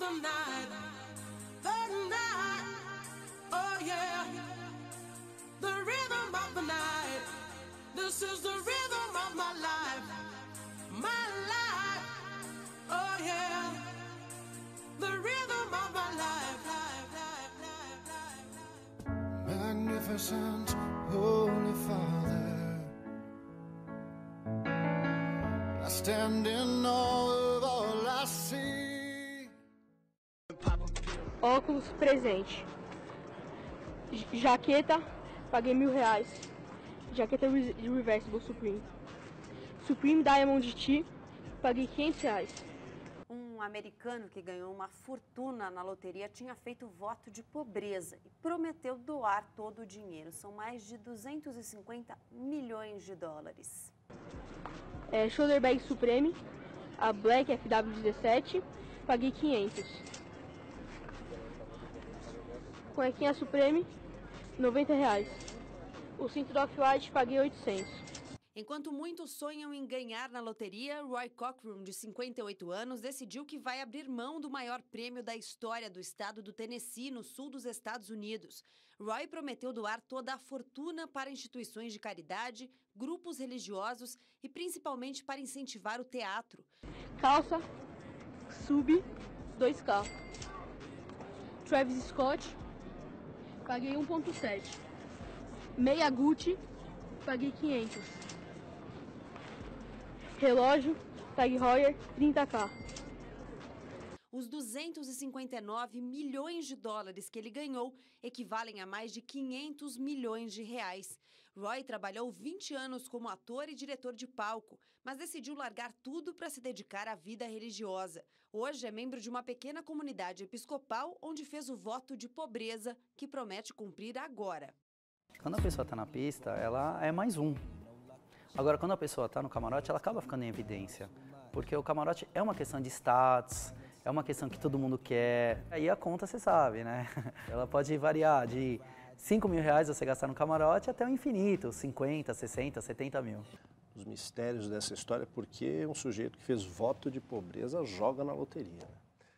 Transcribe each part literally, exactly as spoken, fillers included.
the night, the night, oh yeah, the rhythm of the night. This is the rhythm of my life, my life, oh yeah, the rhythm of my life, life, life, life, life. Magnificent Holy Father, I stand in awe of all I see. Óculos presente. J- Jaqueta, paguei mil reais. Jaqueta re- Reversible Supreme. Supreme Diamond T, paguei quinhentos reais. Um americano que ganhou uma fortuna na loteria tinha feito voto de pobreza e prometeu doar todo o dinheiro. São mais de duzentos e cinquenta milhões de dólares. É, Shoulder Bag Supreme, a Black F W dezessete, paguei quinhentos. Cuequinha Supreme, noventa reais. O cinto do Off-White, paguei oitocentos. Enquanto muitos sonham em ganhar na loteria, Roy Cockrum, de cinquenta e oito anos, decidiu que vai abrir mão do maior prêmio da história do estado do Tennessee, no sul dos Estados Unidos. Roy prometeu doar toda a fortuna para instituições de caridade, grupos religiosos e principalmente para incentivar o teatro. Calça Sub dois K. Travis Scott, paguei um ponto sete. Meia Gucci, paguei quinhentos. Relógio Tag Heuer trinta K. Os duzentos e cinquenta e nove milhões de dólares que ele ganhou equivalem a mais de quinhentos milhões de reais. Roy trabalhou vinte anos como ator e diretor de palco, mas decidiu largar tudo para se dedicar à vida religiosa. Hoje é membro de uma pequena comunidade episcopal onde fez o voto de pobreza que promete cumprir agora. Quando a pessoa está na pista, ela é mais um. Agora, quando a pessoa está no camarote, ela acaba ficando em evidência. Porque o camarote é uma questão de status, é uma questão que todo mundo quer. Aí a conta, você sabe, né? Ela pode variar de cinco mil reais você gastar no camarote até o infinito, cinquenta, sessenta, setenta mil. Os mistérios dessa história é porque um sujeito que fez voto de pobreza joga na loteria.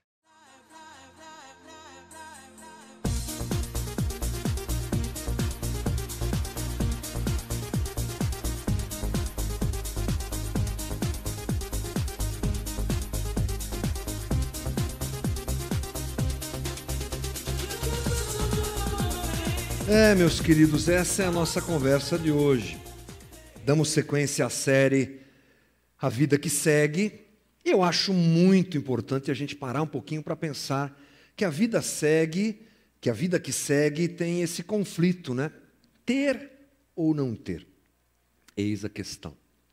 É, meus queridos, essa é a nossa conversa de hoje. Damos sequência à série A Vida que Segue. E eu acho muito importante a gente parar um pouquinho para pensar que a vida segue, que a vida que segue tem esse conflito, né? Ter ou não ter? Eis a questão.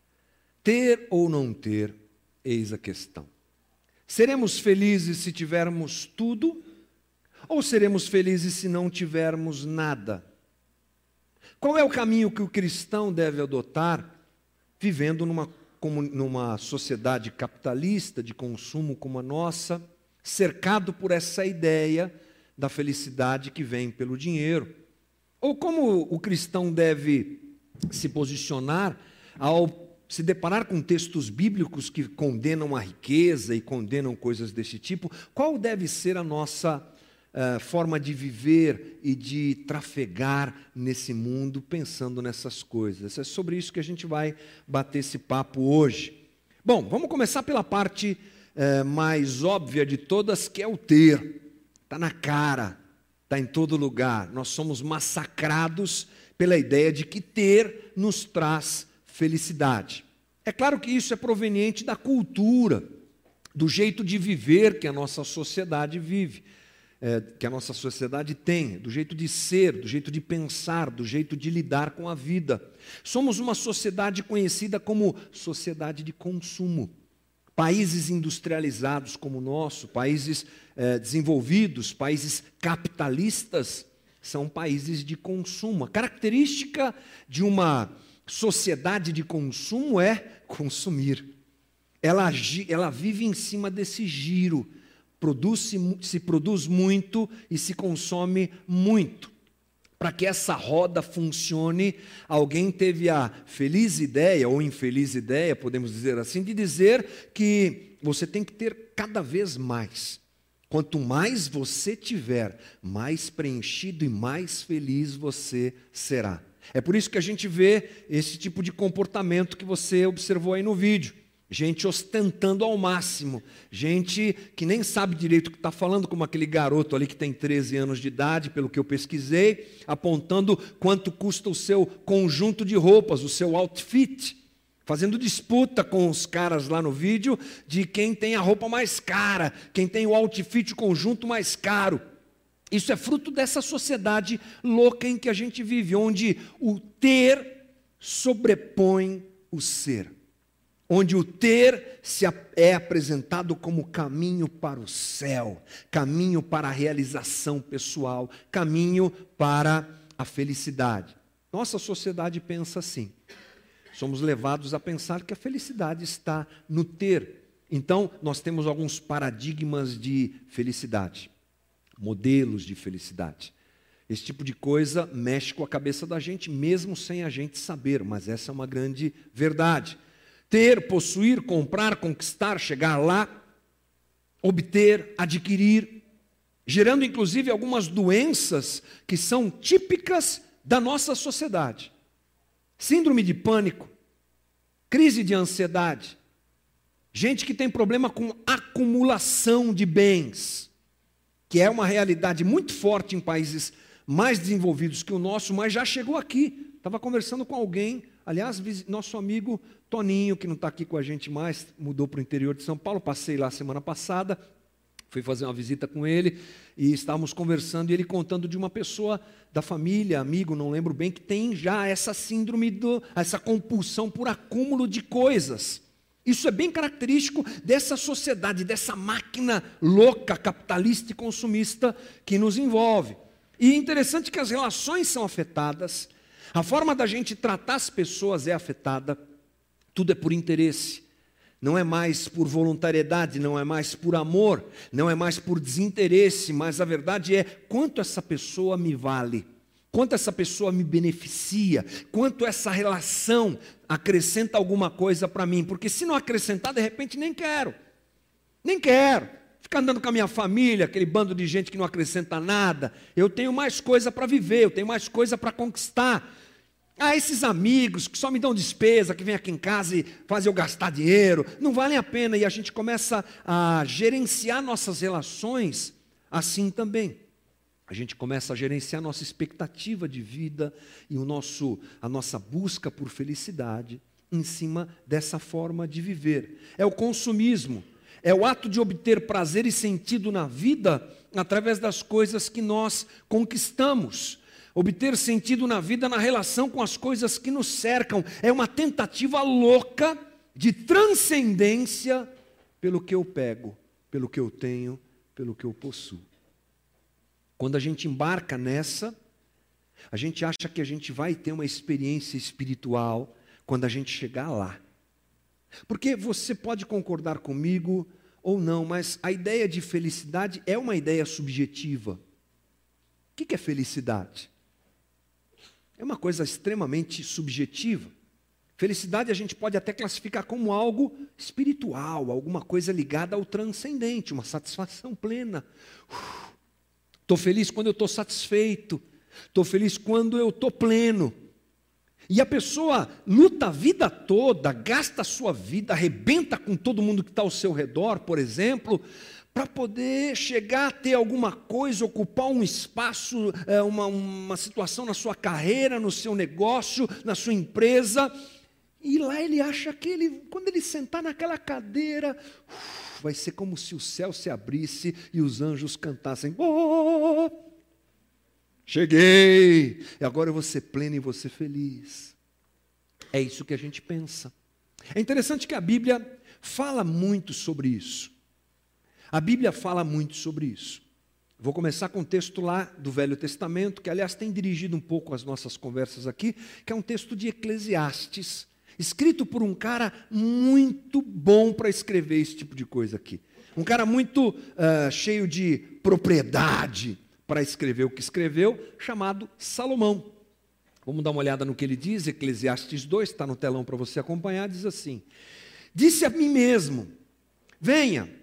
Ter ou não ter? Eis a questão. Seremos felizes se tivermos tudo? Ou seremos felizes se não tivermos nada? Qual é o caminho que o cristão deve adotar, vivendo numa, numa sociedade capitalista de consumo como a nossa, cercado por essa ideia da felicidade que vem pelo dinheiro? Ou como o cristão deve se posicionar ao se deparar com textos bíblicos que condenam a riqueza e condenam coisas desse tipo? Qual deve ser a nossa Uh, forma de viver e de trafegar nesse mundo pensando nessas coisas? É sobre isso que a gente vai bater esse papo hoje. Bom, vamos começar pela parte uh, mais óbvia de todas, que é o ter. Está na cara, está em todo lugar. Nós somos massacrados pela ideia de que ter nos traz felicidade. É claro que isso é proveniente da cultura, do jeito de viver que a nossa sociedade vive. É, que a nossa sociedade tem, do jeito de ser, do jeito de pensar, do jeito de lidar com a vida. Somos uma sociedade conhecida como sociedade de consumo. Países industrializados como o nosso, países é, desenvolvidos, países capitalistas, são países de consumo. A característica de uma sociedade de consumo é consumir. Ela, ela vive em cima desse giro. Produz, se produz muito e se consome muito. Para que essa roda funcione, alguém teve a feliz ideia, ou infeliz ideia, podemos dizer assim, de dizer que você tem que ter cada vez mais. Quanto mais você tiver, mais preenchido e mais feliz você será. É por isso que a gente vê esse tipo de comportamento que você observou aí no vídeo. Gente ostentando ao máximo, gente que nem sabe direito o que está falando, como aquele garoto ali que tem treze anos de idade, pelo que eu pesquisei, apontando quanto custa o seu conjunto de roupas, o seu outfit, fazendo disputa com os caras lá no vídeo de quem tem a roupa mais cara, quem tem o outfit, o conjunto mais caro. Isso é fruto dessa sociedade louca em que a gente vive, onde o ter sobrepõe o ser. Onde o ter se é apresentado como caminho para o céu, caminho para a realização pessoal, caminho para a felicidade. Nossa sociedade pensa assim. Somos levados a pensar que a felicidade está no ter. Então, nós temos alguns paradigmas de felicidade, modelos de felicidade. Esse tipo de coisa mexe com a cabeça da gente, mesmo sem a gente saber, mas essa é uma grande verdade. Ter, possuir, comprar, conquistar, chegar lá, obter, adquirir, gerando inclusive algumas doenças que são típicas da nossa sociedade. Síndrome de pânico, crise de ansiedade, gente que tem problema com acumulação de bens, que é uma realidade muito forte em países mais desenvolvidos que o nosso, mas já chegou aqui. Estava conversando com alguém, aliás, nosso amigo Toninho, que não está aqui com a gente mais, mudou para o interior de São Paulo, passei lá semana passada, fui fazer uma visita com ele, e estávamos conversando, e ele contando de uma pessoa da família, amigo, não lembro bem, que tem já essa síndrome, do, essa compulsão por acúmulo de coisas. Isso é bem característico dessa sociedade, dessa máquina louca, capitalista e consumista que nos envolve. E é interessante que as relações são afetadas, a forma da gente tratar as pessoas é afetada, tudo é por interesse, não é mais por voluntariedade, não é mais por amor, não é mais por desinteresse, mas a verdade é quanto essa pessoa me vale, quanto essa pessoa me beneficia, quanto essa relação acrescenta alguma coisa para mim, porque se não acrescentar, de repente nem quero, nem quero. Ficar andando com a minha família, aquele bando de gente que não acrescenta nada, eu tenho mais coisa para viver, eu tenho mais coisa para conquistar. Ah, esses amigos que só me dão despesa, que vêm aqui em casa e fazem eu gastar dinheiro, não valem a pena. E a gente começa a gerenciar nossas relações assim também. A gente começa a gerenciar nossa expectativa de vida e o nosso, a nossa busca por felicidade em cima dessa forma de viver. É o consumismo, é o ato de obter prazer e sentido na vida através das coisas que nós conquistamos. Obter sentido na vida na relação com as coisas que nos cercam. É uma tentativa louca de transcendência pelo que eu pego, pelo que eu tenho, pelo que eu possuo. Quando a gente embarca nessa, a gente acha que a gente vai ter uma experiência espiritual quando a gente chegar lá. Porque você pode concordar comigo ou não, mas a ideia de felicidade é uma ideia subjetiva. O que é felicidade? É uma coisa extremamente subjetiva. Felicidade a gente pode até classificar como algo espiritual, alguma coisa ligada ao transcendente, uma satisfação plena. Estou feliz quando eu estou satisfeito, estou feliz quando eu estou pleno. E a pessoa luta a vida toda, gasta a sua vida, arrebenta com todo mundo que está ao seu redor, por exemplo, para poder chegar a ter alguma coisa, ocupar um espaço, uma, uma situação na sua carreira, no seu negócio, na sua empresa. E lá ele acha que ele, quando ele sentar naquela cadeira, uf, vai ser como se o céu se abrisse e os anjos cantassem. Oh, cheguei, e agora eu vou ser pleno e vou ser feliz. É isso que a gente pensa. É interessante que a Bíblia fala muito sobre isso. A Bíblia fala muito sobre isso. Vou começar com um texto lá do Velho Testamento, que aliás tem dirigido um pouco as nossas conversas aqui, que é um texto de Eclesiastes, escrito por um cara muito bom para escrever esse tipo de coisa aqui. Um cara muito uh, cheio de propriedade para escrever o que escreveu, chamado Salomão. Vamos dar uma olhada no que ele diz, Eclesiastes dois, está no telão para você acompanhar, diz assim: disse a mim mesmo, venha,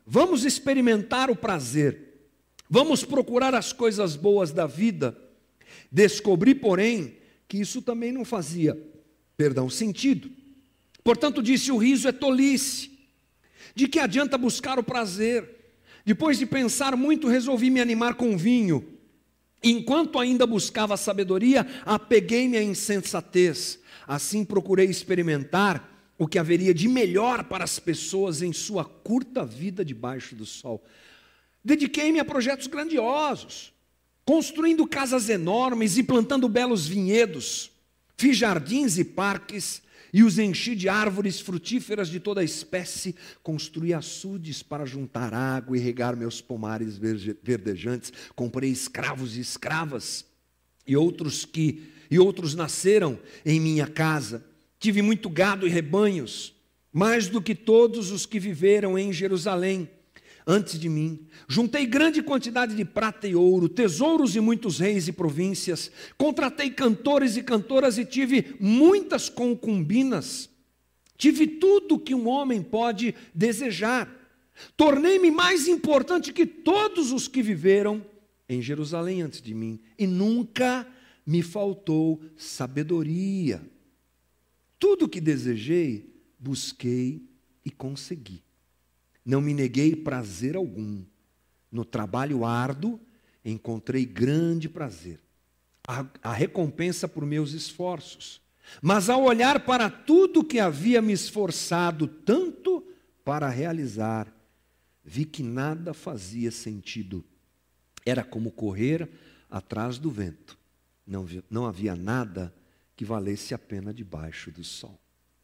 Vamos experimentar o prazer. Vamos procurar as coisas boas da vida. Descobri, porém, que isso também não fazia, perdão, sentido. Portanto, disse, o riso é tolice. De que adianta buscar o prazer? Depois de pensar muito, resolvi me animar com vinho. Enquanto ainda buscava a sabedoria, apeguei-me à insensatez. Assim procurei experimentar o que haveria de melhor para as pessoas em sua curta vida debaixo do sol. Dediquei-me a projetos grandiosos, construindo casas enormes e plantando belos vinhedos. Fiz jardins e parques e os enchi de árvores frutíferas de toda espécie. Construí açudes para juntar água e regar meus pomares verdejantes. Comprei escravos e escravas e outros que e outros nasceram em minha casa. Tive muito gado e rebanhos, mais do que todos os que viveram em Jerusalém antes de mim. Juntei grande quantidade de prata e ouro, tesouros de muitos reis e províncias. Contratei cantores e cantoras e tive muitas concubinas. Tive tudo que um homem pode desejar. Tornei-me mais importante que todos os que viveram em Jerusalém antes de mim. E nunca me faltou sabedoria. Tudo o que desejei, busquei e consegui. Não me neguei prazer algum. No trabalho árduo, encontrei grande prazer. A, a recompensa por meus esforços. Mas ao olhar para tudo que havia me esforçado tanto para realizar, vi que nada fazia sentido. Era como correr atrás do vento. Não, não havia nada que valesse a pena debaixo do sol.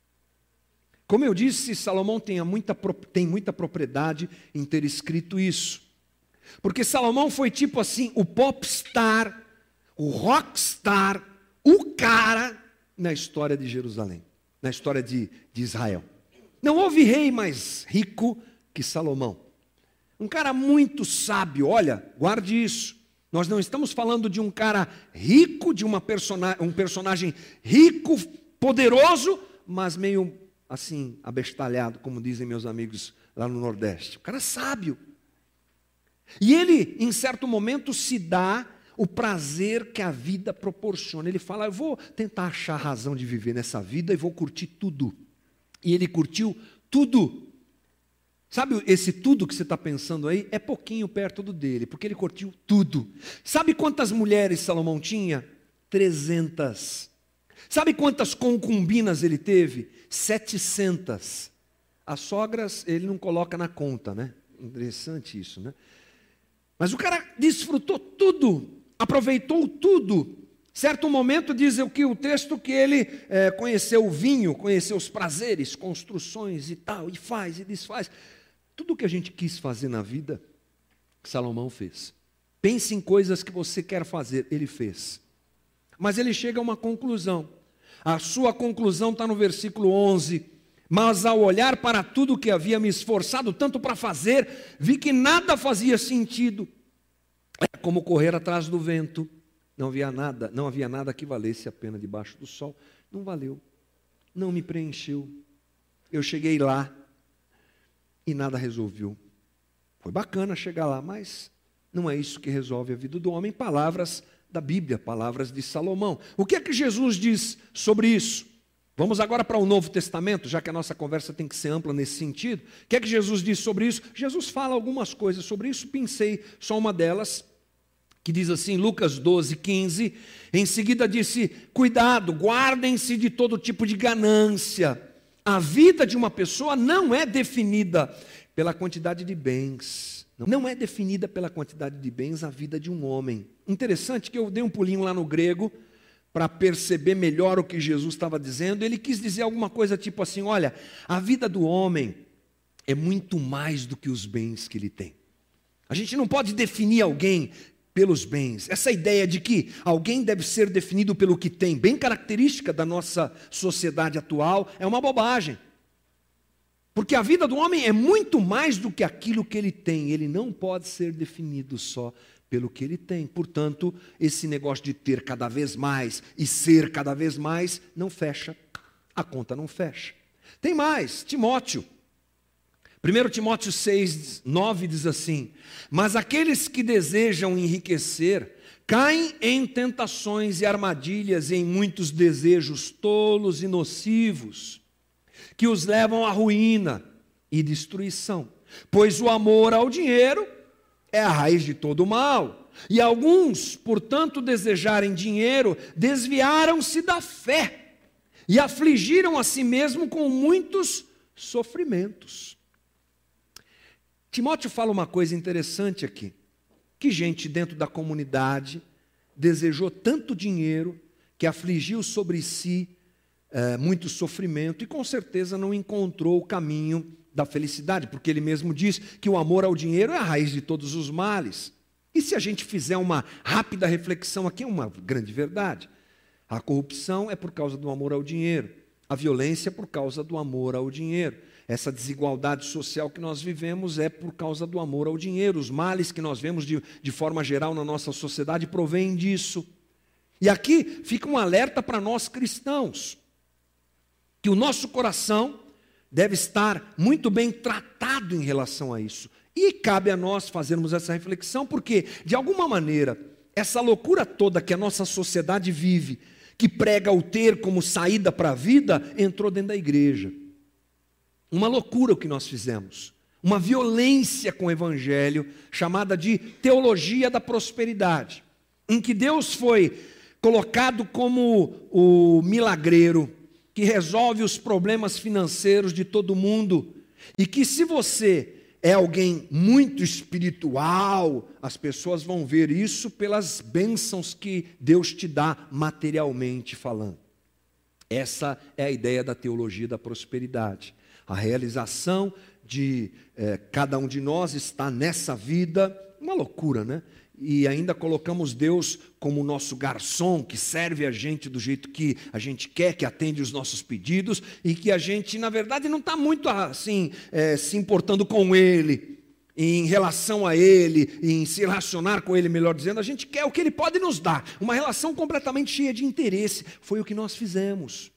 Como eu disse, Salomão tem muita, tem muita propriedade em ter escrito isso. Porque Salomão foi tipo assim, o popstar, o rockstar, o cara na história de Jerusalém, na história de, de Israel. Não houve rei mais rico que Salomão. Um cara muito sábio, olha, guarde isso. Nós não estamos falando de um cara rico, de uma persona, um personagem rico, poderoso, mas meio assim, abestalhado, como dizem meus amigos lá no Nordeste. O cara sábio. E ele, em certo momento, se dá o prazer que a vida proporciona. Ele fala, eu vou tentar achar a razão de viver nessa vida e vou curtir tudo. E ele curtiu tudo. Sabe esse tudo que você está pensando aí? É pouquinho perto do dele, porque ele curtiu tudo. Sabe quantas mulheres Salomão tinha? trezentas. Sabe quantas concubinas ele teve? setecentas. As sogras ele não coloca na conta, né? Interessante isso, né? Mas o cara desfrutou tudo, aproveitou tudo. Certo momento diz o que o texto que ele é, conheceu o vinho, conheceu os prazeres, construções e tal, e faz e desfaz. Tudo que a gente quis fazer na vida, Salomão fez. Pense em coisas que você quer fazer, ele fez. Mas ele chega a uma conclusão. A sua conclusão está no versículo onze. Mas ao olhar para tudo que havia me esforçado tanto para fazer, vi que nada fazia sentido. É como correr atrás do vento. Não havia nada, não havia nada que valesse a pena debaixo do sol. Não valeu. Não me preencheu. Eu cheguei lá e nada resolveu. Foi bacana chegar lá, mas não é isso que resolve a vida do homem. Palavras da Bíblia, palavras de Salomão. O que é que Jesus diz sobre isso? Vamos agora para o Novo Testamento, já que a nossa conversa tem que ser ampla nesse sentido. O que é que Jesus diz sobre isso? Jesus fala algumas coisas sobre isso, pensei só uma delas, que diz assim, Lucas doze, quinze, em seguida disse, cuidado, guardem-se de todo tipo de ganância. A vida de uma pessoa não é definida pela quantidade de bens. Não é definida pela quantidade de bens a vida de um homem. Interessante que eu dei um pulinho lá no grego, para perceber melhor o que Jesus estava dizendo. Ele quis dizer alguma coisa tipo assim, olha, a vida do homem é muito mais do que os bens que ele tem. A gente não pode definir alguém pelos bens. Essa ideia de que alguém deve ser definido pelo que tem, bem característica da nossa sociedade atual, é uma bobagem. Porque a vida do homem é muito mais do que aquilo que ele tem. Ele não pode ser definido só pelo que ele tem. Portanto, esse negócio de ter cada vez mais e ser cada vez mais, não fecha. A conta não fecha. Tem mais, Timóteo. primeiro Timóteo seis, nove diz assim: mas aqueles que desejam enriquecer caem em tentações e armadilhas e em muitos desejos tolos e nocivos, que os levam à ruína e destruição. Pois o amor ao dinheiro é a raiz de todo o mal. E alguns, por tanto desejarem dinheiro, desviaram-se da fé e afligiram a si mesmo com muitos sofrimentos. Timóteo fala uma coisa interessante aqui, que gente dentro da comunidade desejou tanto dinheiro que afligiu sobre si é, muito sofrimento e com certeza não encontrou o caminho da felicidade, porque ele mesmo diz que o amor ao dinheiro é a raiz de todos os males. E se a gente fizer uma rápida reflexão aqui, é uma grande verdade. A corrupção é por causa do amor ao dinheiro, a violência é por causa do amor ao dinheiro. Essa desigualdade social que nós vivemos é por causa do amor ao dinheiro. Os males que nós vemos de, de forma geral na nossa sociedade provêm disso. E aqui fica um alerta para nós cristãos, que o nosso coração deve estar muito bem tratado em relação a isso. E cabe a nós fazermos essa reflexão, porque, de alguma maneira, essa loucura toda que a nossa sociedade vive, que prega o ter como saída para a vida, entrou dentro da igreja. Uma loucura o que nós fizemos. Uma violência com o evangelho, chamada de teologia da prosperidade, em que Deus foi colocado como o milagreiro, que resolve os problemas financeiros de todo mundo, e que se você é alguém muito espiritual, as pessoas vão ver isso pelas bênçãos que Deus te dá materialmente falando. Essa é a ideia da teologia da prosperidade. A realização de eh, cada um de nós está nessa vida, uma loucura, né? E ainda colocamos Deus como nosso garçom, que serve a gente do jeito que a gente quer, que atende os nossos pedidos, e que a gente, na verdade, não está muito assim, é, se importando com Ele, em relação a Ele, em se relacionar com Ele, melhor dizendo. A gente quer o que Ele pode nos dar, uma relação completamente cheia de interesse. Foi o que nós fizemos.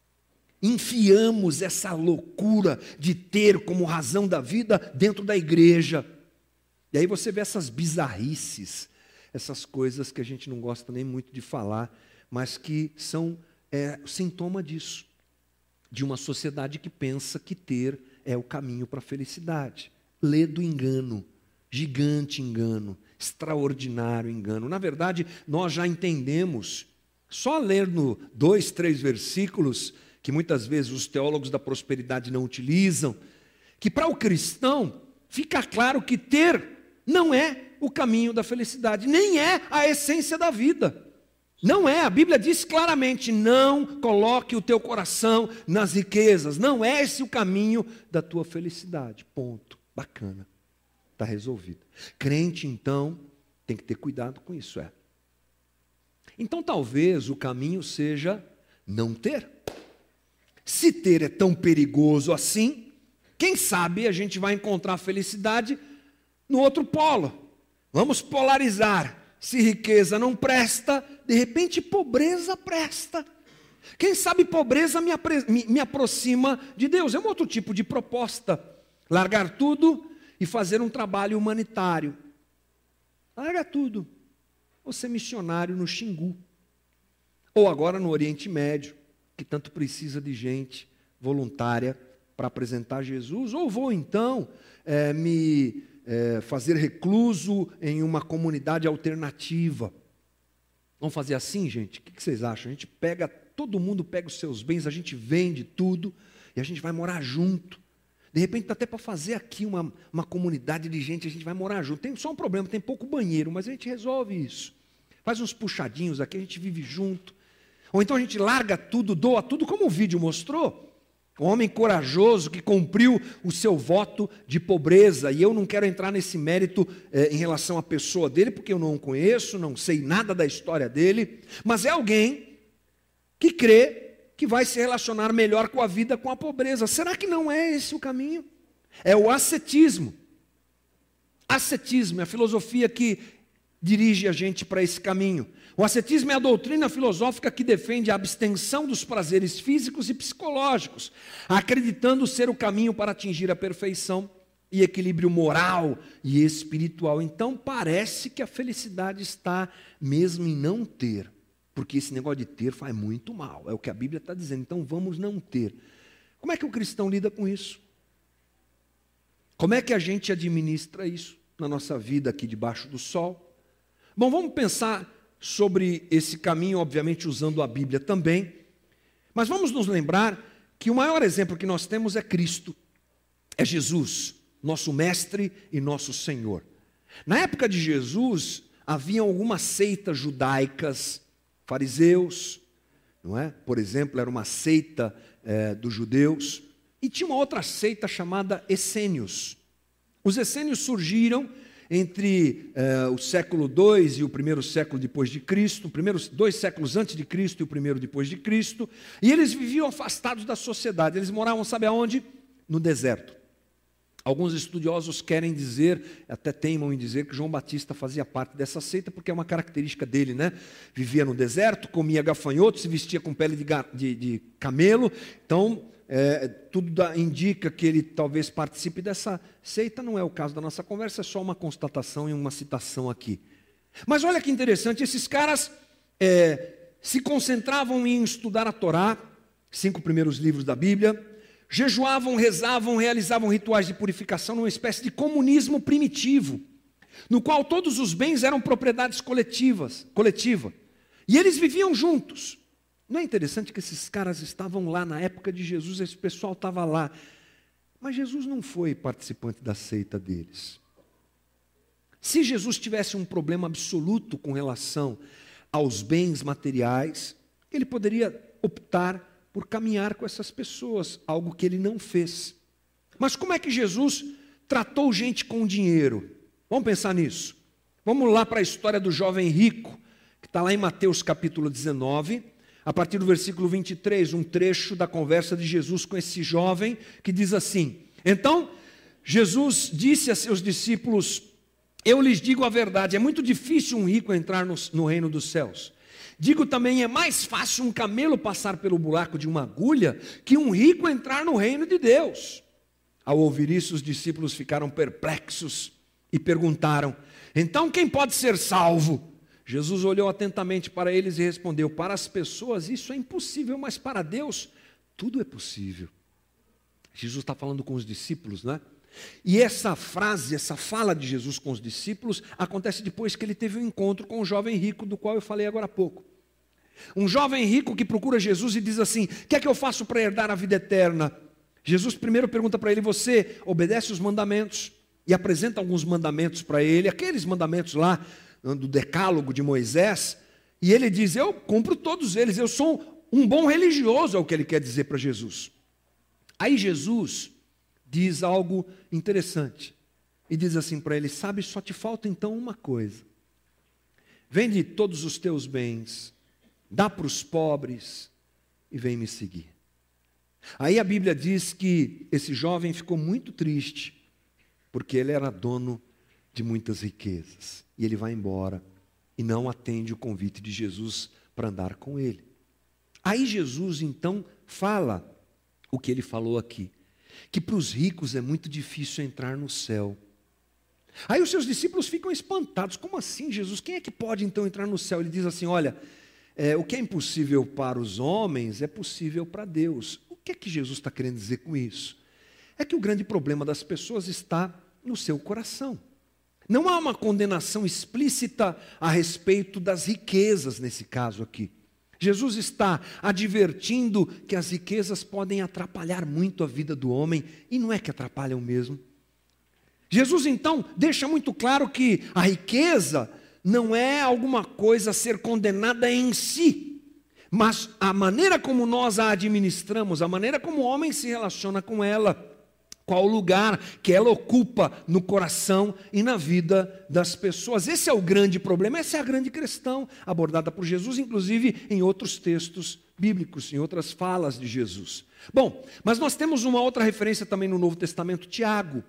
Enfiamos essa loucura de ter como razão da vida dentro da igreja. E aí você vê essas bizarrices, essas coisas que a gente não gosta nem muito de falar, mas que são é, sintoma disso, de uma sociedade que pensa que ter é o caminho para a felicidade. Ledo engano, gigante engano, extraordinário engano. Na verdade, nós já entendemos, só lendo dois, três versículos, que muitas vezes os teólogos da prosperidade não utilizam, que para o cristão fica claro que ter não é o caminho da felicidade, nem é a essência da vida. Não é, a Bíblia diz claramente, não coloque o teu coração nas riquezas, não é esse o caminho da tua felicidade, ponto. Bacana, está resolvido. Crente, então, tem que ter cuidado com isso, é. Então, talvez o caminho seja não ter. Se ter é tão perigoso assim, quem sabe a gente vai encontrar felicidade no outro polo. Vamos polarizar. Se riqueza não presta, de repente pobreza presta. Quem sabe pobreza me, apre... me, me aproxima de Deus. É um outro tipo de proposta. Largar tudo e fazer um trabalho humanitário. Larga tudo. Ou ser missionário no Xingu. Ou agora no Oriente Médio, que tanto precisa de gente voluntária para apresentar Jesus. Ou vou então é, me... É, fazer recluso em uma comunidade alternativa. Vamos fazer assim, gente? O que vocês acham? A gente pega, todo mundo pega os seus bens, a gente vende tudo e a gente vai morar junto. De repente dá até para fazer aqui uma, uma comunidade de gente, a gente vai morar junto. Tem só um problema, tem pouco banheiro, mas a gente resolve isso. Faz uns puxadinhos aqui, a gente vive junto. Ou então a gente larga tudo, doa tudo, como o vídeo mostrou. Um homem corajoso que cumpriu o seu voto de pobreza. E eu não quero entrar nesse mérito eh, em relação à pessoa dele, porque eu não o conheço, não sei nada da história dele. Mas é alguém que crê que vai se relacionar melhor com a vida, com a pobreza. Será que não é esse o caminho? É o ascetismo. Ascetismo é a filosofia que dirige a gente para esse caminho. O ascetismo é a doutrina filosófica que defende a abstenção dos prazeres físicos e psicológicos, acreditando ser o caminho para atingir a perfeição e equilíbrio moral e espiritual. Então parece que a felicidade está mesmo em não ter, porque esse negócio de ter faz muito mal, é o que a Bíblia está dizendo, então vamos não ter. Como é que o cristão lida com isso? Como é que a gente administra isso na nossa vida aqui debaixo do sol? Bom, vamos pensar sobre esse caminho, obviamente usando a Bíblia também, mas vamos nos lembrar que o maior exemplo que nós temos é Cristo, é Jesus, nosso mestre e nosso Senhor. Na época de Jesus, havia algumas seitas judaicas, fariseus, não é? Por exemplo, era uma seita é, dos judeus, e tinha uma outra seita chamada essênios. Os essênios surgiram entre eh, o século dois e o primeiro século depois de Cristo, primeiros dois séculos antes de Cristo e o primeiro depois de Cristo, e eles viviam afastados da sociedade. Eles moravam, sabe aonde? No deserto. Alguns estudiosos querem dizer, até teimam em dizer, que João Batista fazia parte dessa seita, porque é uma característica dele, né? Vivia no deserto, comia gafanhotos, se vestia com pele de, de, de camelo, então É, tudo dá, indica que ele talvez participe dessa seita, não é o caso da nossa conversa, é só uma constatação e uma citação aqui. Mas olha que interessante, esses caras é, se concentravam em estudar a Torá, cinco primeiros livros da Bíblia, jejuavam, rezavam, realizavam rituais de purificação numa espécie de comunismo primitivo, no qual todos os bens eram propriedades coletivas, coletiva, e eles viviam juntos. Não é interessante que esses caras estavam lá na época de Jesus, esse pessoal estava lá. Mas Jesus não foi participante da seita deles. Se Jesus tivesse um problema absoluto com relação aos bens materiais, ele poderia optar por caminhar com essas pessoas, algo que ele não fez. Mas como é que Jesus tratou gente com dinheiro? Vamos pensar nisso. Vamos lá para a história do jovem rico, que está lá em Mateus capítulo dezenove, a partir do versículo vinte e três, um trecho da conversa de Jesus com esse jovem, que diz assim: então, Jesus disse a seus discípulos: eu lhes digo a verdade, é muito difícil um rico entrar no, no reino dos céus. Digo também, é mais fácil um camelo passar pelo buraco de uma agulha, que um rico entrar no reino de Deus. Ao ouvir isso, os discípulos ficaram perplexos e perguntaram: então quem pode ser salvo? Jesus olhou atentamente para eles e respondeu: para as pessoas isso é impossível, mas para Deus tudo é possível. Jesus está falando com os discípulos, né? E essa frase, essa fala de Jesus com os discípulos acontece depois que ele teve um encontro com um jovem rico, do qual eu falei agora há pouco. Um jovem rico que procura Jesus e diz assim: o que é que eu faço para herdar a vida eterna? Jesus primeiro pergunta para ele: você obedece os mandamentos? E apresenta alguns mandamentos para ele, aqueles mandamentos lá do decálogo de Moisés, e ele diz: eu cumpro todos eles, eu sou um bom religioso, é o que ele quer dizer para Jesus. Aí Jesus diz algo interessante, e diz assim para ele: sabe, só te falta então uma coisa, vende todos os teus bens, dá para os pobres, e vem me seguir. Aí a Bíblia diz que esse jovem ficou muito triste, porque ele era dono de muitas riquezas. E ele vai embora e não atende o convite de Jesus para andar com ele. Aí Jesus então fala o que ele falou aqui, que para os ricos é muito difícil entrar no céu. Aí os seus discípulos ficam espantados: como assim, Jesus? Quem é que pode então entrar no céu? Ele diz assim: olha, é, o que é impossível para os homens é possível para Deus. O que é que Jesus está querendo dizer com isso? É que o grande problema das pessoas está no seu coração. Não há uma condenação explícita a respeito das riquezas nesse caso aqui. Jesus está advertindo que as riquezas podem atrapalhar muito a vida do homem, e não é que atrapalham mesmo. Jesus então deixa muito claro que a riqueza não é alguma coisa a ser condenada em si, mas a maneira como nós a administramos, a maneira como o homem se relaciona com ela, qual o lugar que ela ocupa no coração e na vida das pessoas. Esse é o grande problema, essa é a grande questão abordada por Jesus, inclusive em outros textos bíblicos, em outras falas de Jesus. Bom, mas nós temos uma outra referência também no Novo Testamento, Tiago.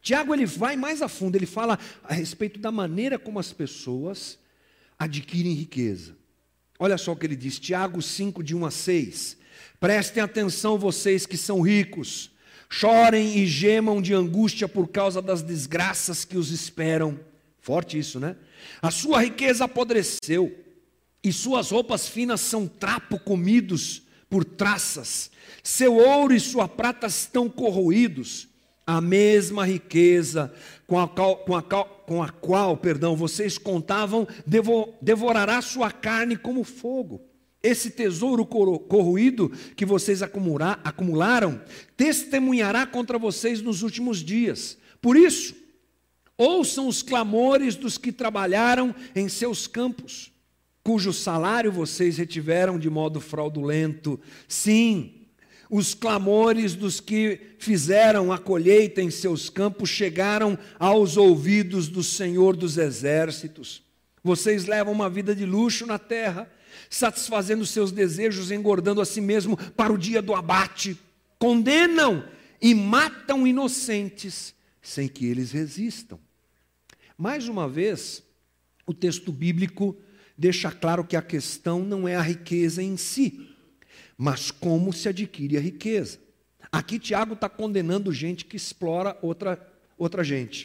Tiago ele vai mais a fundo, ele fala a respeito da maneira como as pessoas adquirem riqueza. Olha só o que ele diz, Tiago cinco, de um a seis. Prestem atenção vocês que são ricos, chorem e gemam de angústia por causa das desgraças que os esperam. Forte isso, né? A sua riqueza apodreceu, e suas roupas finas são trapo comidos por traças. Seu ouro e sua prata estão corroídos. A mesma riqueza com a qual, com a qual, com a qual perdão, vocês contavam devo, devorará sua carne como fogo. Esse tesouro corroído que vocês acumular, acumularam testemunhará contra vocês nos últimos dias. Por isso, ouçam os clamores dos que trabalharam em seus campos, cujo salário vocês retiveram de modo fraudulento. Sim, os clamores dos que fizeram a colheita em seus campos chegaram aos ouvidos do Senhor dos Exércitos. Vocês levam uma vida de luxo na terra, satisfazendo seus desejos, engordando a si mesmo para o dia do abate. Condenam e matam inocentes, sem que eles resistam. Mais uma vez, o texto bíblico deixa claro que a questão não é a riqueza em si, mas como se adquire a riqueza. Aqui Tiago está condenando gente que explora outra, outra gente.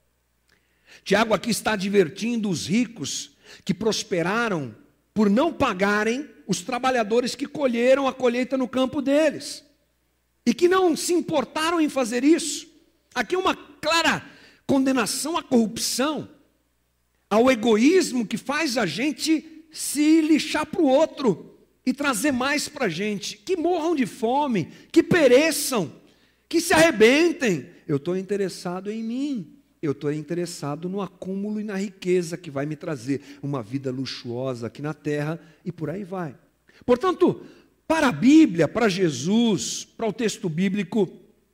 Tiago aqui está advertindo os ricos que prosperaram por não pagarem os trabalhadores que colheram a colheita no campo deles, e que não se importaram em fazer isso. Aqui é uma clara condenação à corrupção, ao egoísmo que faz a gente se lixar para o outro e trazer mais para a gente, que morram de fome, que pereçam, que se arrebentem. Eu estou interessado em mim, eu estou interessado no acúmulo e na riqueza que vai me trazer uma vida luxuosa aqui na terra e por aí vai. Portanto, para a Bíblia, para Jesus, para o texto bíblico,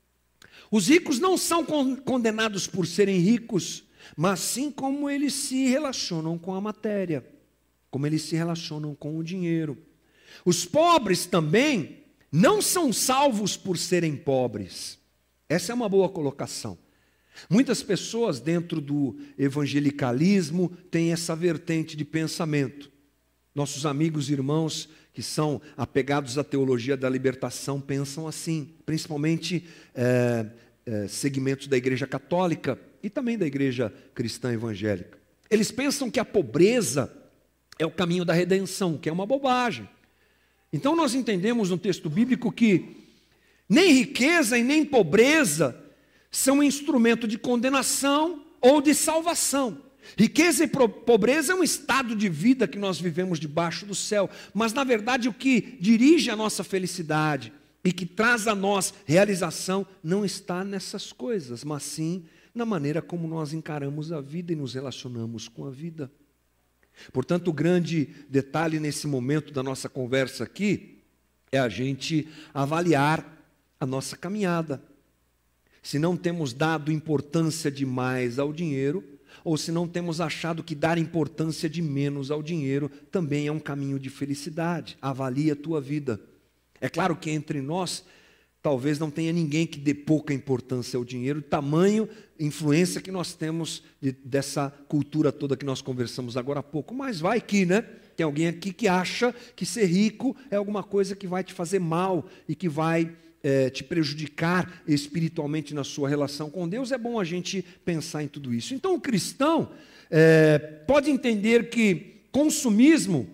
os ricos não são condenados por serem ricos, mas sim como eles se relacionam com a matéria, como eles se relacionam com o dinheiro. Os pobres também não são salvos por serem pobres. Essa é uma boa colocação. Muitas pessoas dentro do evangelicalismo têm essa vertente de pensamento. Nossos amigos e irmãos que são apegados à teologia da libertação pensam assim, principalmente é, é, segmentos da igreja católica e também da igreja cristã evangélica. Eles pensam que a pobreza é o caminho da redenção, que é uma bobagem. Então nós entendemos no texto bíblico que nem riqueza e nem pobreza são instrumento de condenação ou de salvação. Riqueza e pobreza é um estado de vida que nós vivemos debaixo do céu, mas na verdade o que dirige a nossa felicidade e que traz a nós realização não está nessas coisas, mas sim na maneira como nós encaramos a vida e nos relacionamos com a vida. Portanto, o grande detalhe nesse momento da nossa conversa aqui é a gente avaliar a nossa caminhada. Se não temos dado importância demais ao dinheiro, ou se não temos achado que dar importância de menos ao dinheiro também é um caminho de felicidade. Avalie a tua vida. É claro que entre nós, talvez não tenha ninguém que dê pouca importância ao dinheiro, tamanho, influência que nós temos de, dessa cultura toda que nós conversamos agora há pouco. Mas vai que, né? Tem alguém aqui que acha que ser rico é alguma coisa que vai te fazer mal e que vai é, te prejudicar espiritualmente na sua relação com Deus. É bom a gente pensar em tudo isso. Então o cristão é, pode entender que consumismo,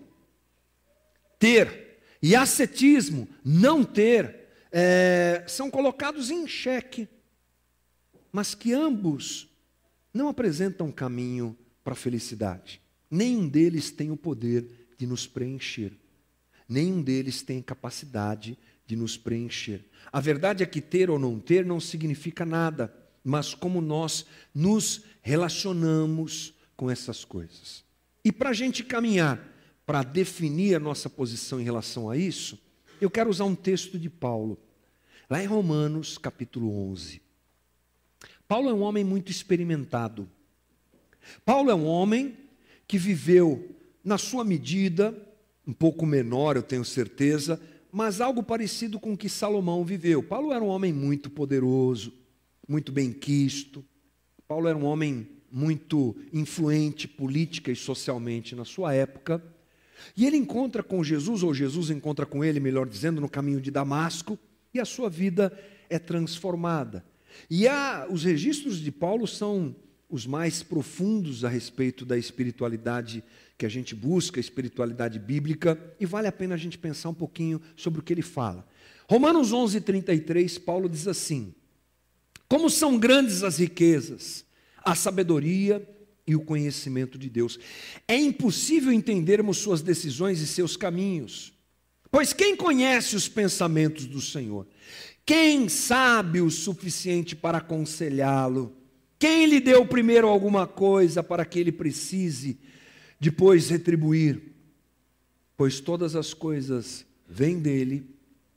ter, e ascetismo, não ter, É, são colocados em xeque, mas que ambos não apresentam caminho para a felicidade. Nenhum deles tem o poder de nos preencher. Nenhum deles tem capacidade de nos preencher. A verdade é que ter ou não ter não significa nada, mas como nós nos relacionamos com essas coisas. E para a gente caminhar, para definir a nossa posição em relação a isso, eu quero usar um texto de Paulo, lá em Romanos, capítulo onze. Paulo é um homem muito experimentado. Paulo é um homem que viveu, na sua medida, um pouco menor, eu tenho certeza, mas algo parecido com o que Salomão viveu. Paulo era um homem muito poderoso, muito benquisto, Paulo era um homem muito influente política e socialmente na sua época. E ele encontra com Jesus, ou Jesus encontra com ele, melhor dizendo, no caminho de Damasco, e a sua vida é transformada. E há, os registros de Paulo são os mais profundos a respeito da espiritualidade que a gente busca, a espiritualidade bíblica, e vale a pena a gente pensar um pouquinho sobre o que ele fala. Romanos onze, trinta e três, Paulo diz assim: como são grandes as riquezas, a sabedoria e o conhecimento de Deus. É impossível entendermos suas decisões e seus caminhos. Pois quem conhece os pensamentos do Senhor? Quem sabe o suficiente para aconselhá-lo? Quem lhe deu primeiro alguma coisa para que ele precise depois retribuir? Pois todas as coisas vêm dele,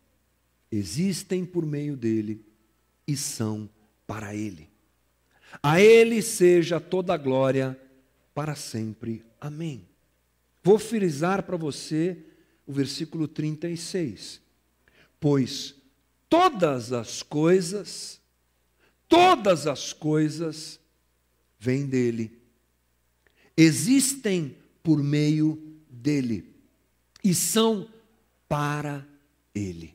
existem por meio dele e são para ele. A ele seja toda a glória para sempre. Amém. Vou frisar para você o versículo trinta e seis. Pois todas as coisas, todas as coisas vêm dele, existem por meio dele e são para ele.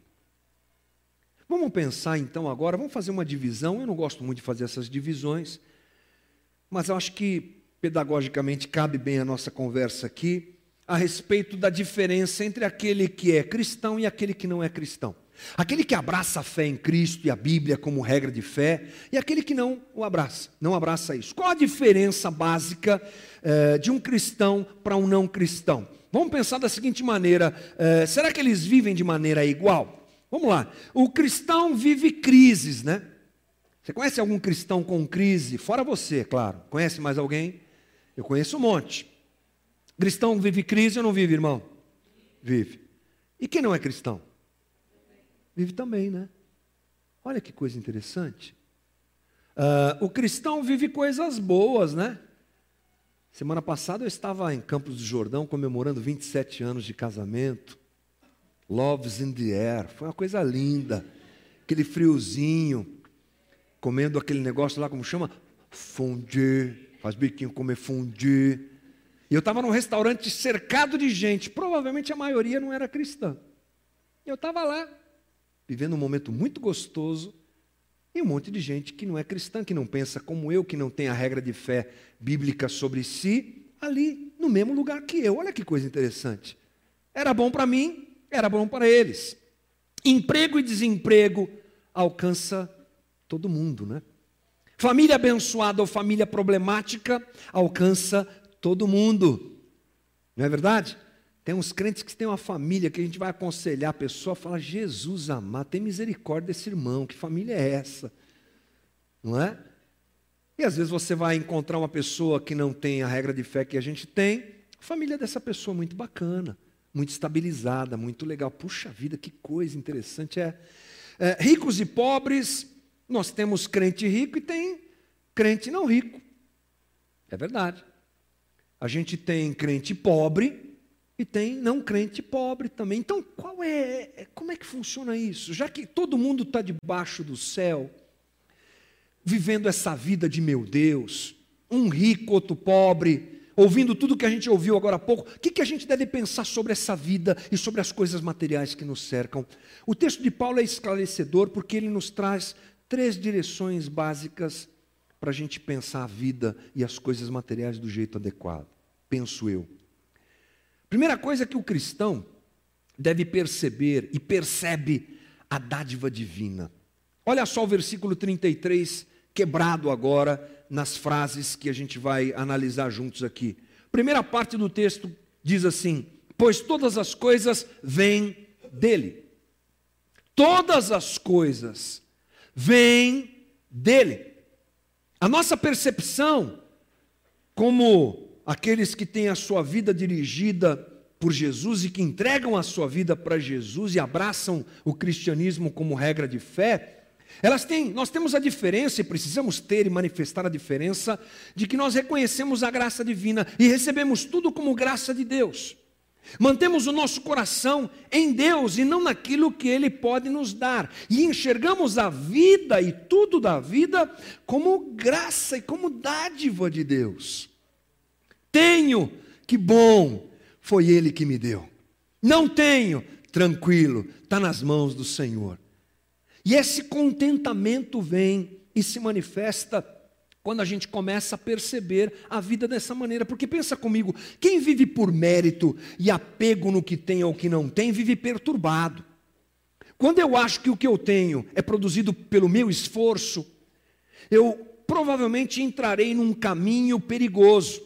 Vamos pensar então agora, vamos fazer uma divisão. Eu não gosto muito de fazer essas divisões, mas eu acho que pedagogicamente cabe bem a nossa conversa aqui a respeito da diferença entre aquele que é cristão e aquele que não é cristão. Aquele que abraça a fé em Cristo e a Bíblia como regra de fé, e aquele que não o abraça, não abraça isso. Qual a diferença básica eh, de um cristão para um não cristão? Vamos pensar da seguinte maneira, eh, será que eles vivem de maneira igual? Vamos lá, o cristão vive crises, né? Você conhece algum cristão com crise? Fora você, claro. Conhece mais alguém? Eu conheço um monte. Cristão vive crise ou não vive, irmão? Vive. E quem não é cristão? Vive também, né? Olha que coisa interessante. Uh, o cristão vive coisas boas, né? Semana passada eu estava em Campos do Jordão comemorando vinte e sete anos de casamento. Love's in the air. Foi uma coisa linda. Aquele friozinho, comendo aquele negócio lá, como chama? Fondue. Faz biquinho comer fondue. E eu estava num restaurante cercado de gente. Provavelmente a maioria não era cristã. Eu estava lá, vivendo um momento muito gostoso, e um monte de gente que não é cristã, que não pensa como eu, que não tem a regra de fé bíblica sobre si, ali no mesmo lugar que eu. Olha que coisa interessante. Era bom para mim, era bom para eles. Emprego e desemprego alcança todo mundo, né? Família abençoada ou família problemática alcança todo mundo. Não é verdade? Tem uns crentes que têm uma família que a gente vai aconselhar a pessoa, fala: Jesus amado, tem misericórdia desse irmão, que família é essa? Não é? E às vezes você vai encontrar uma pessoa que não tem a regra de fé que a gente tem, a família dessa pessoa é muito bacana, muito estabilizada, muito legal. Puxa vida, que coisa interessante é. é ricos e pobres, nós temos crente rico e tem crente não rico. É verdade. A gente tem crente pobre e tem não crente pobre também. Então, qual é, como é que funciona isso? Já que todo mundo está debaixo do céu, vivendo essa vida de meu Deus, um rico, outro pobre, ouvindo tudo que a gente ouviu agora há pouco, o que, que a gente deve pensar sobre essa vida e sobre as coisas materiais que nos cercam? O texto de Paulo é esclarecedor porque ele nos traz três direções básicas para a gente pensar a vida e as coisas materiais do jeito adequado, penso eu. Primeira coisa é que o cristão deve perceber e percebe a dádiva divina. Olha só o versículo trinta e três, quebrado agora nas frases que a gente vai analisar juntos aqui. Primeira parte do texto diz assim: pois todas as coisas vêm dele. Todas as coisas vêm dele. A nossa percepção, como aqueles que têm a sua vida dirigida por Jesus e que entregam a sua vida para Jesus e abraçam o cristianismo como regra de fé, elas têm, nós temos a diferença, e precisamos ter e manifestar a diferença, de que nós reconhecemos a graça divina e recebemos tudo como graça de Deus. Mantemos o nosso coração em Deus e não naquilo que Ele pode nos dar. E enxergamos a vida e tudo da vida como graça e como dádiva de Deus. Tenho, que bom, foi Ele que me deu. Não tenho, tranquilo, está nas mãos do Senhor. E esse contentamento vem e se manifesta quando a gente começa a perceber a vida dessa maneira. Porque pensa comigo, quem vive por mérito e apego no que tem ou que não tem, vive perturbado. Quando eu acho que o que eu tenho é produzido pelo meu esforço, eu provavelmente entrarei num caminho perigoso.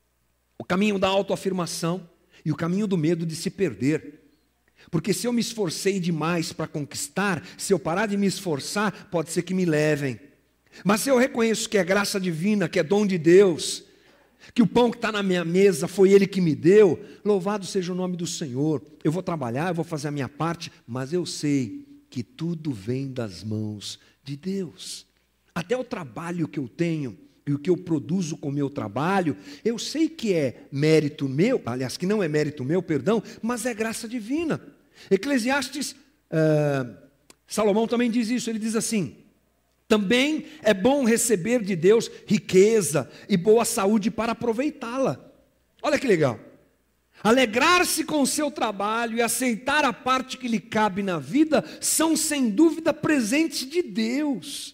O caminho da autoafirmação e o caminho do medo de se perder. Porque se eu me esforcei demais para conquistar, se eu parar de me esforçar, pode ser que me levem. Mas se eu reconheço que é graça divina, que é dom de Deus, que o pão que está na minha mesa foi Ele que me deu, louvado seja o nome do Senhor. Eu vou trabalhar, eu vou fazer a minha parte, mas eu sei que tudo vem das mãos de Deus. Até o trabalho que eu tenho e o que eu produzo com o meu trabalho, eu sei que é mérito meu, aliás, que não é mérito meu, perdão, mas é graça divina. Eclesiastes, uh, Salomão também diz isso, ele diz assim: também é bom receber de Deus riqueza e boa saúde para aproveitá-la. Olha que legal. Alegrar-se com o seu trabalho e aceitar a parte que lhe cabe na vida são sem dúvida presentes de Deus.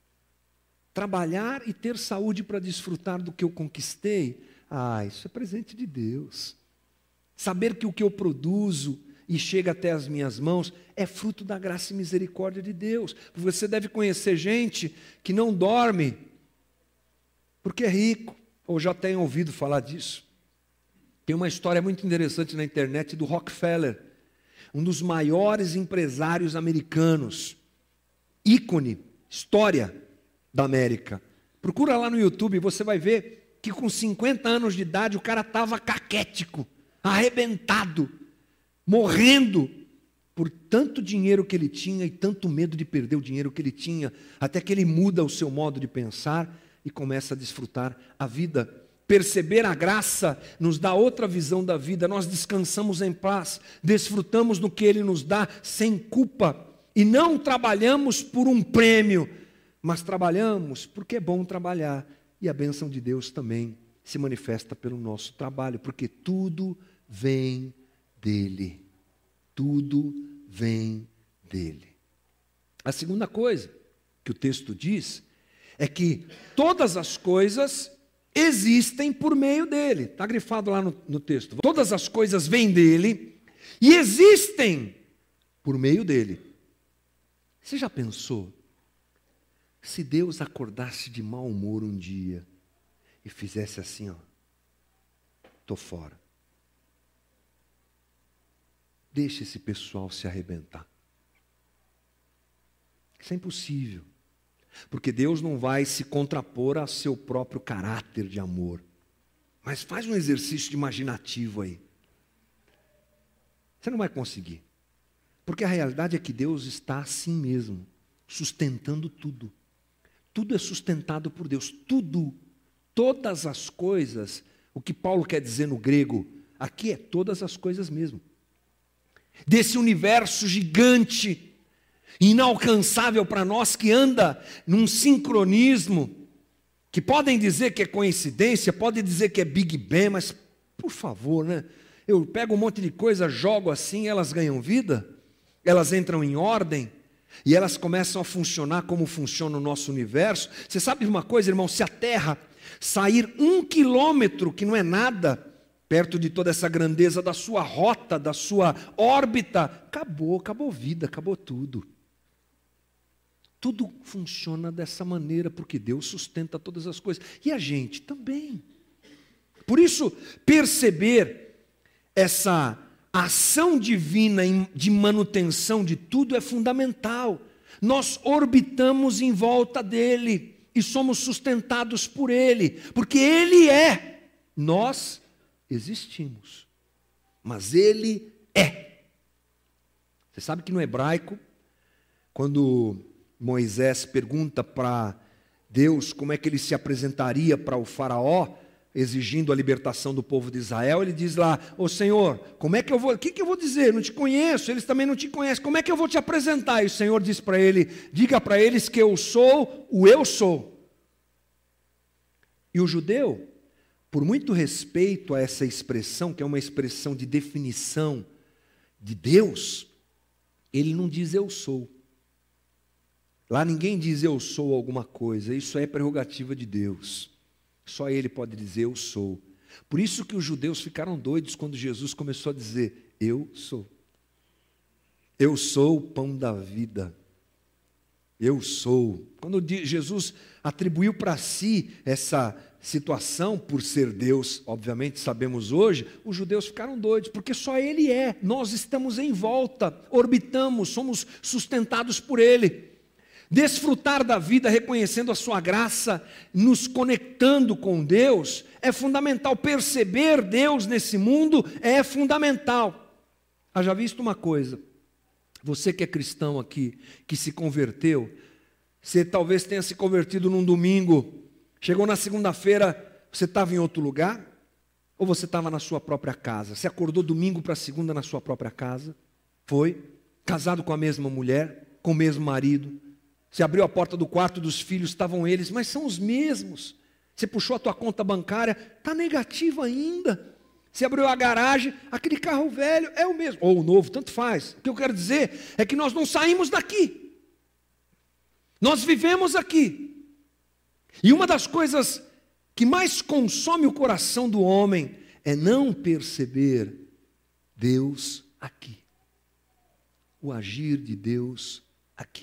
Trabalhar e ter saúde para desfrutar do que eu conquistei, ah, isso é presente de Deus. Saber que o que eu produzo e chega até as minhas mãos é fruto da graça e misericórdia de Deus. Você deve conhecer gente que não dorme porque é rico, ou já tem ouvido falar disso. Tem uma história muito interessante na internet do Rockefeller, um dos maiores empresários americanos, ícone, história da América. Procura lá no YouTube, você vai ver que com cinquenta anos de idade o cara estava caquético, arrebentado, morrendo por tanto dinheiro que ele tinha e tanto medo de perder o dinheiro que ele tinha, até que ele muda o seu modo de pensar e começa a desfrutar a vida. Perceber a graça nos dá outra visão da vida, nós descansamos em paz, desfrutamos do que Ele nos dá sem culpa, e não trabalhamos por um prêmio, mas trabalhamos porque é bom trabalhar, e a bênção de Deus também se manifesta pelo nosso trabalho, porque tudo vem dEle, tudo vem dEle. A segunda coisa que o texto diz é que todas as coisas existem por meio dEle, está grifado lá no, no texto, todas as coisas vêm dEle e existem por meio dEle. Você já pensou? Se Deus acordasse de mau humor um dia e fizesse assim, ó, estou fora. Deixa esse pessoal se arrebentar. Isso é impossível. Porque Deus não vai se contrapor a seu próprio caráter de amor. Mas faz um exercício imaginativo aí. Você não vai conseguir. Porque a realidade é que Deus está assim mesmo, sustentando tudo. Tudo é sustentado por Deus. Tudo, todas as coisas, o que Paulo quer dizer no grego, aqui é todas as coisas mesmo. Desse universo gigante, inalcançável para nós, que anda num sincronismo, que podem dizer que é coincidência, podem dizer que é Big Bang, mas, por favor, né? Eu pego um monte de coisa, jogo assim, elas ganham vida, elas entram em ordem, e elas começam a funcionar como funciona o nosso universo. Você sabe de uma coisa, irmão? Se a Terra sair um quilômetro, que não é nada, perto de toda essa grandeza da sua rota, da sua órbita, acabou, acabou vida, acabou tudo. Tudo funciona dessa maneira, porque Deus sustenta todas as coisas. E a gente também. Por isso, perceber essa ação divina de manutenção de tudo é fundamental. Nós orbitamos em volta dele e somos sustentados por ele, porque ele é. Nós existimos, mas ele é. Você sabe que no hebraico, quando Moisés pergunta para Deus como é que ele se apresentaria para o faraó, exigindo a libertação do povo de Israel, ele diz lá: ô Senhor, como é que eu vou, o que, que eu vou dizer? Não te conheço, eles também não te conhecem, como é que eu vou te apresentar? E o Senhor diz para ele: diga para eles que eu sou o eu sou. E o judeu, por muito respeito a essa expressão, que é uma expressão de definição de Deus, ele não diz eu sou. Lá ninguém diz eu sou alguma coisa, isso é prerrogativa de Deus. Só Ele pode dizer eu sou. Por isso que os judeus ficaram doidos quando Jesus começou a dizer eu sou. Eu sou o pão da vida. Eu sou. Quando Jesus atribuiu para si essa situação por ser Deus, obviamente sabemos hoje, os judeus ficaram doidos, porque só Ele é. Nós estamos em volta, orbitamos, somos sustentados por Ele. Desfrutar da vida reconhecendo a sua graça, nos conectando com Deus, é fundamental. Perceber Deus nesse mundo é fundamental. Haja visto uma coisa, você que é cristão aqui, que se converteu, você talvez tenha se convertido num domingo, chegou na segunda-feira, você estava em outro lugar, ou você estava na sua própria casa? Você acordou domingo para segunda na sua própria casa? Foi? Casado com a mesma mulher, com o mesmo marido? Você abriu a porta do quarto dos filhos, estavam eles, mas são os mesmos. Você puxou a tua conta bancária, está negativa ainda. Você abriu a garagem, aquele carro velho é o mesmo, ou o novo, tanto faz. O que eu quero dizer é que nós não saímos daqui. Nós vivemos aqui. E uma das coisas que mais consome o coração do homem é não perceber Deus aqui. O agir de Deus aqui.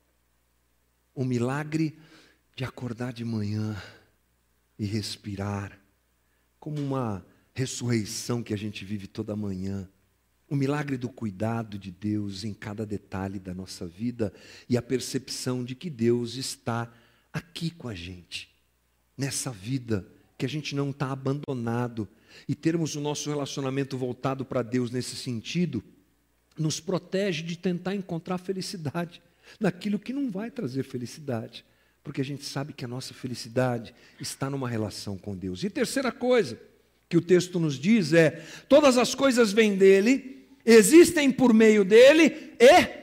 O milagre de acordar de manhã e respirar, como uma ressurreição que a gente vive toda manhã. O milagre do cuidado de Deus em cada detalhe da nossa vida e a percepção de que Deus está aqui com a gente, nessa vida, que a gente não está abandonado. E termos o nosso relacionamento voltado para Deus nesse sentido, nos protege de tentar encontrar felicidade naquilo que não vai trazer felicidade, porque a gente sabe que a nossa felicidade está numa relação com Deus. E terceira coisa que o texto nos diz é: todas as coisas vêm dele, existem por meio dele e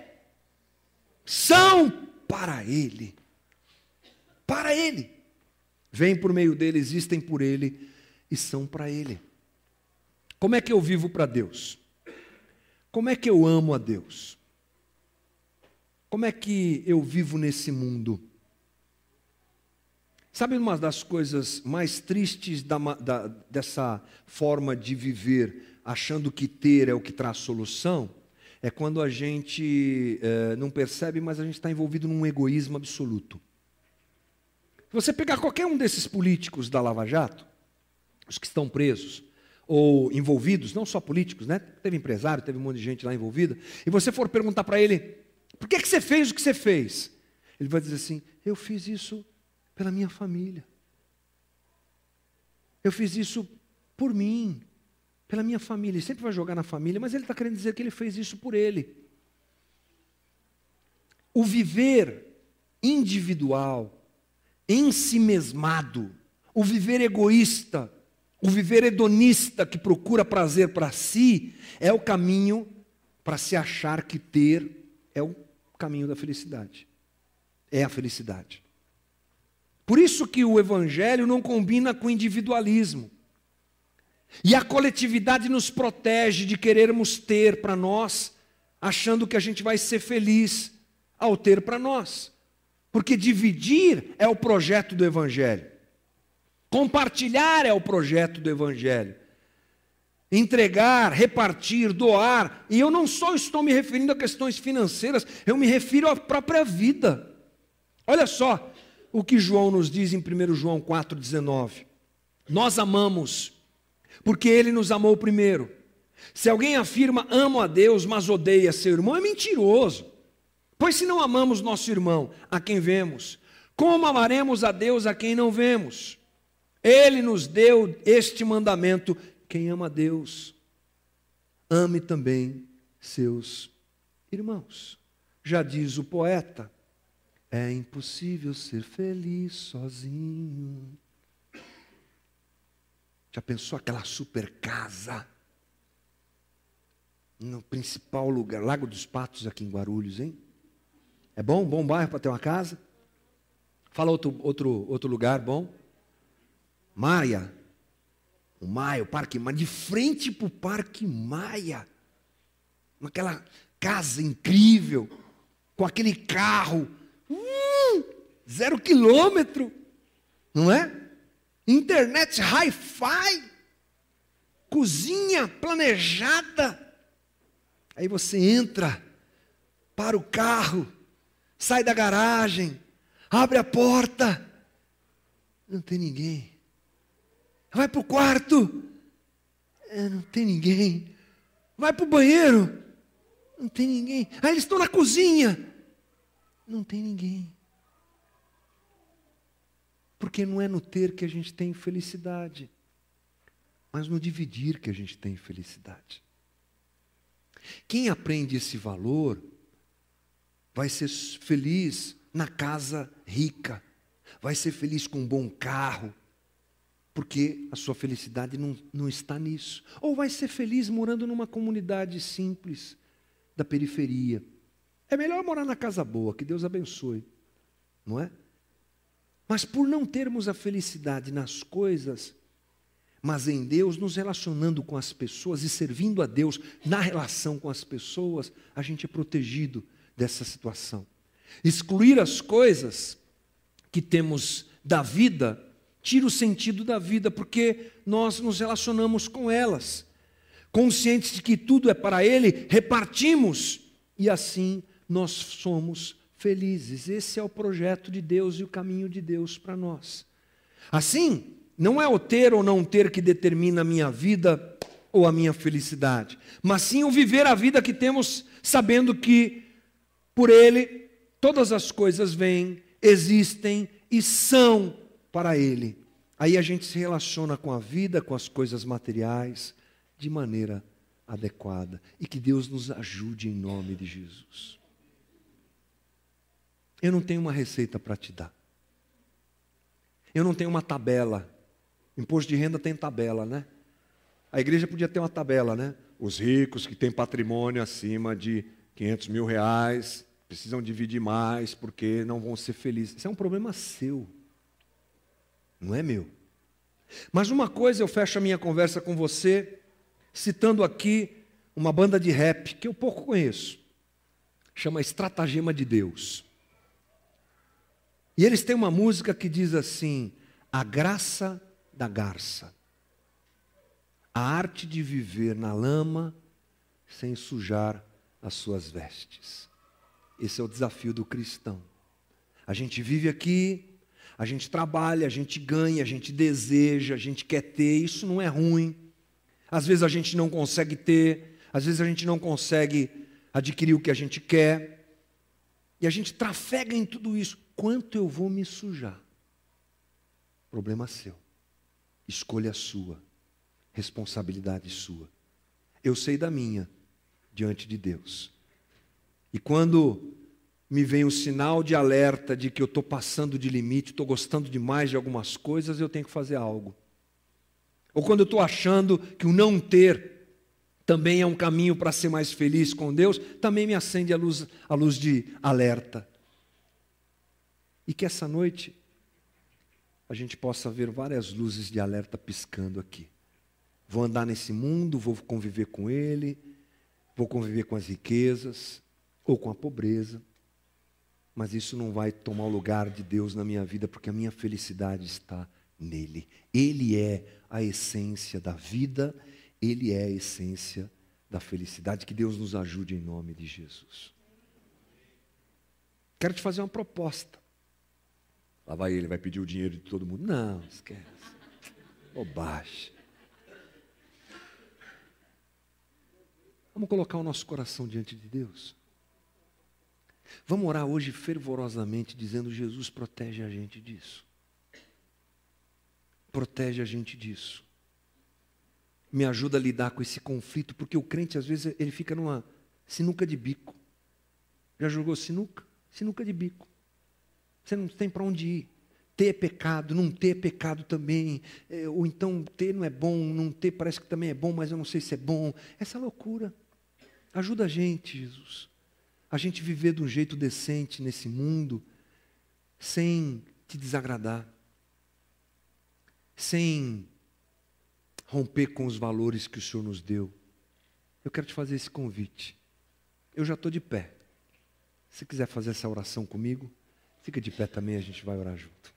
são para ele. Para ele. Vêm por meio dele, existem por ele e são para ele. Como é que eu vivo para Deus? Como é que eu amo a Deus? Como é que eu vivo nesse mundo? Sabe uma das coisas mais tristes da, da, dessa forma de viver, achando que ter é o que traz solução? É quando a gente é, não percebe, mas a gente está envolvido num egoísmo absoluto. Se você pegar qualquer um desses políticos da Lava Jato, os que estão presos, ou envolvidos, não só políticos, né? Teve empresário, teve um monte de gente lá envolvida, e você for perguntar para ele: por que, que você fez o que você fez? Ele vai dizer assim: eu fiz isso pela minha família. Eu fiz isso por mim, pela minha família. Ele sempre vai jogar na família, mas ele está querendo dizer que ele fez isso por ele. O viver individual, ensimesmado, o viver egoísta, o viver hedonista que procura prazer para si, é o caminho para se achar que ter é o caminho da felicidade. É a felicidade. Por isso que o evangelho não combina com o individualismo. E a coletividade nos protege de querermos ter para nós, achando que a gente vai ser feliz ao ter para nós. Porque dividir é o projeto do evangelho. Compartilhar é o projeto do evangelho. Entregar, repartir, doar. E eu não só estou me referindo a questões financeiras, eu me refiro à própria vida. Olha só o que João nos diz em primeiro João quatro, dezenove. Nós amamos, porque ele nos amou primeiro. Se alguém afirma amo a Deus, mas odeia seu irmão, é mentiroso. Pois se não amamos nosso irmão, a quem vemos, como amaremos a Deus a quem não vemos? Ele nos deu este mandamento: quem ama a Deus, ame também seus irmãos. Já diz o poeta: é impossível ser feliz sozinho. Já pensou aquela super casa? No principal lugar, Lago dos Patos aqui em Guarulhos, hein? É bom? Bom bairro para ter uma casa? Fala outro, outro, outro lugar bom. Maia. O Maia, o Parque Maia. De frente para o Parque Maia. Aquela casa incrível. Com aquele carro. Hum, zero quilômetro. Não é? Internet hi-fi. Cozinha planejada. Aí você entra. Para o carro. Sai da garagem. Abre a porta. Não tem ninguém. Vai para o quarto. É, não tem ninguém. Vai para o banheiro. Não tem ninguém. Aí eles estão na cozinha. Não tem ninguém. Porque não é no ter que a gente tem felicidade, mas no dividir que a gente tem felicidade. Quem aprende esse valor vai ser feliz na casa rica, vai ser feliz com um bom carro, porque a sua felicidade não, não está nisso. Ou vai ser feliz morando numa comunidade simples, da periferia. É melhor morar na casa boa, que Deus abençoe, não é? Mas por não termos a felicidade nas coisas, mas em Deus, nos relacionando com as pessoas e servindo a Deus na relação com as pessoas, a gente é protegido dessa situação. Excluir as coisas que temos da vida tira o sentido da vida, porque nós nos relacionamos com elas. Conscientes de que tudo é para Ele, repartimos e assim nós somos felizes. Esse é o projeto de Deus e o caminho de Deus para nós. Assim, não é o ter ou não ter que determina a minha vida ou a minha felicidade, mas sim o viver a vida que temos, sabendo que por Ele todas as coisas vêm, existem e são para Ele. Aí a gente se relaciona com a vida, com as coisas materiais, de maneira adequada. E que Deus nos ajude em nome de Jesus. Eu não tenho uma receita para te dar. Eu não tenho uma tabela. Imposto de renda tem tabela, né? A igreja podia ter uma tabela, né? Os ricos que têm patrimônio acima de quinhentos mil reais precisam dividir mais porque não vão ser felizes. Isso é um problema seu. Não é meu. Mas uma coisa, eu fecho a minha conversa com você citando aqui uma banda de rap que eu pouco conheço. Chama Estratagema de Deus. E eles têm uma música que diz assim: a graça da garça, a arte de viver na lama sem sujar as suas vestes. Esse é o desafio do cristão. A gente vive aqui, a gente trabalha, a gente ganha, a gente deseja, a gente quer ter, isso não é ruim. Às vezes a gente não consegue ter, às vezes a gente não consegue adquirir o que a gente quer, e a gente trafega em tudo isso. Quanto eu vou me sujar? Problema seu. Escolha sua. Responsabilidade sua. Eu sei da minha, diante de Deus. E quando me vem o sinal de alerta de que eu estou passando de limite, estou gostando demais de algumas coisas, eu tenho que fazer algo. Ou quando eu estou achando que o não ter também é um caminho para ser mais feliz com Deus, também me acende a luz, a luz de alerta. E que essa noite a gente possa ver várias luzes de alerta piscando aqui. Vou andar nesse mundo, vou conviver com ele, vou conviver com as riquezas ou com a pobreza, mas isso não vai tomar o lugar de Deus na minha vida, porque a minha felicidade está nele. Ele é a essência da vida, ele é a essência da felicidade. Que Deus nos ajude em nome de Jesus. Quero te fazer uma proposta. Lá vai ele, vai pedir o dinheiro de todo mundo. Não, esquece. Bobagem. Vamos colocar o nosso coração diante de Deus. Vamos orar hoje fervorosamente, dizendo: Jesus, protege a gente disso. Protege a gente disso. Me ajuda a lidar com esse conflito, porque o crente, às vezes, ele fica numa sinuca de bico. Já jogou sinuca? Sinuca de bico. Você não tem para onde ir. ter pecado, não ter pecado também, é, ou então ter não é bom, não ter parece que também é bom, mas eu não sei se é bom. Essa loucura. Ajuda a gente, Jesus, a gente viver de um jeito decente nesse mundo, sem te desagradar, sem romper com os valores que o Senhor nos deu. Eu quero te fazer esse convite. Eu já estou de pé. Se quiser fazer essa oração comigo, fica de pé também, a gente vai orar junto.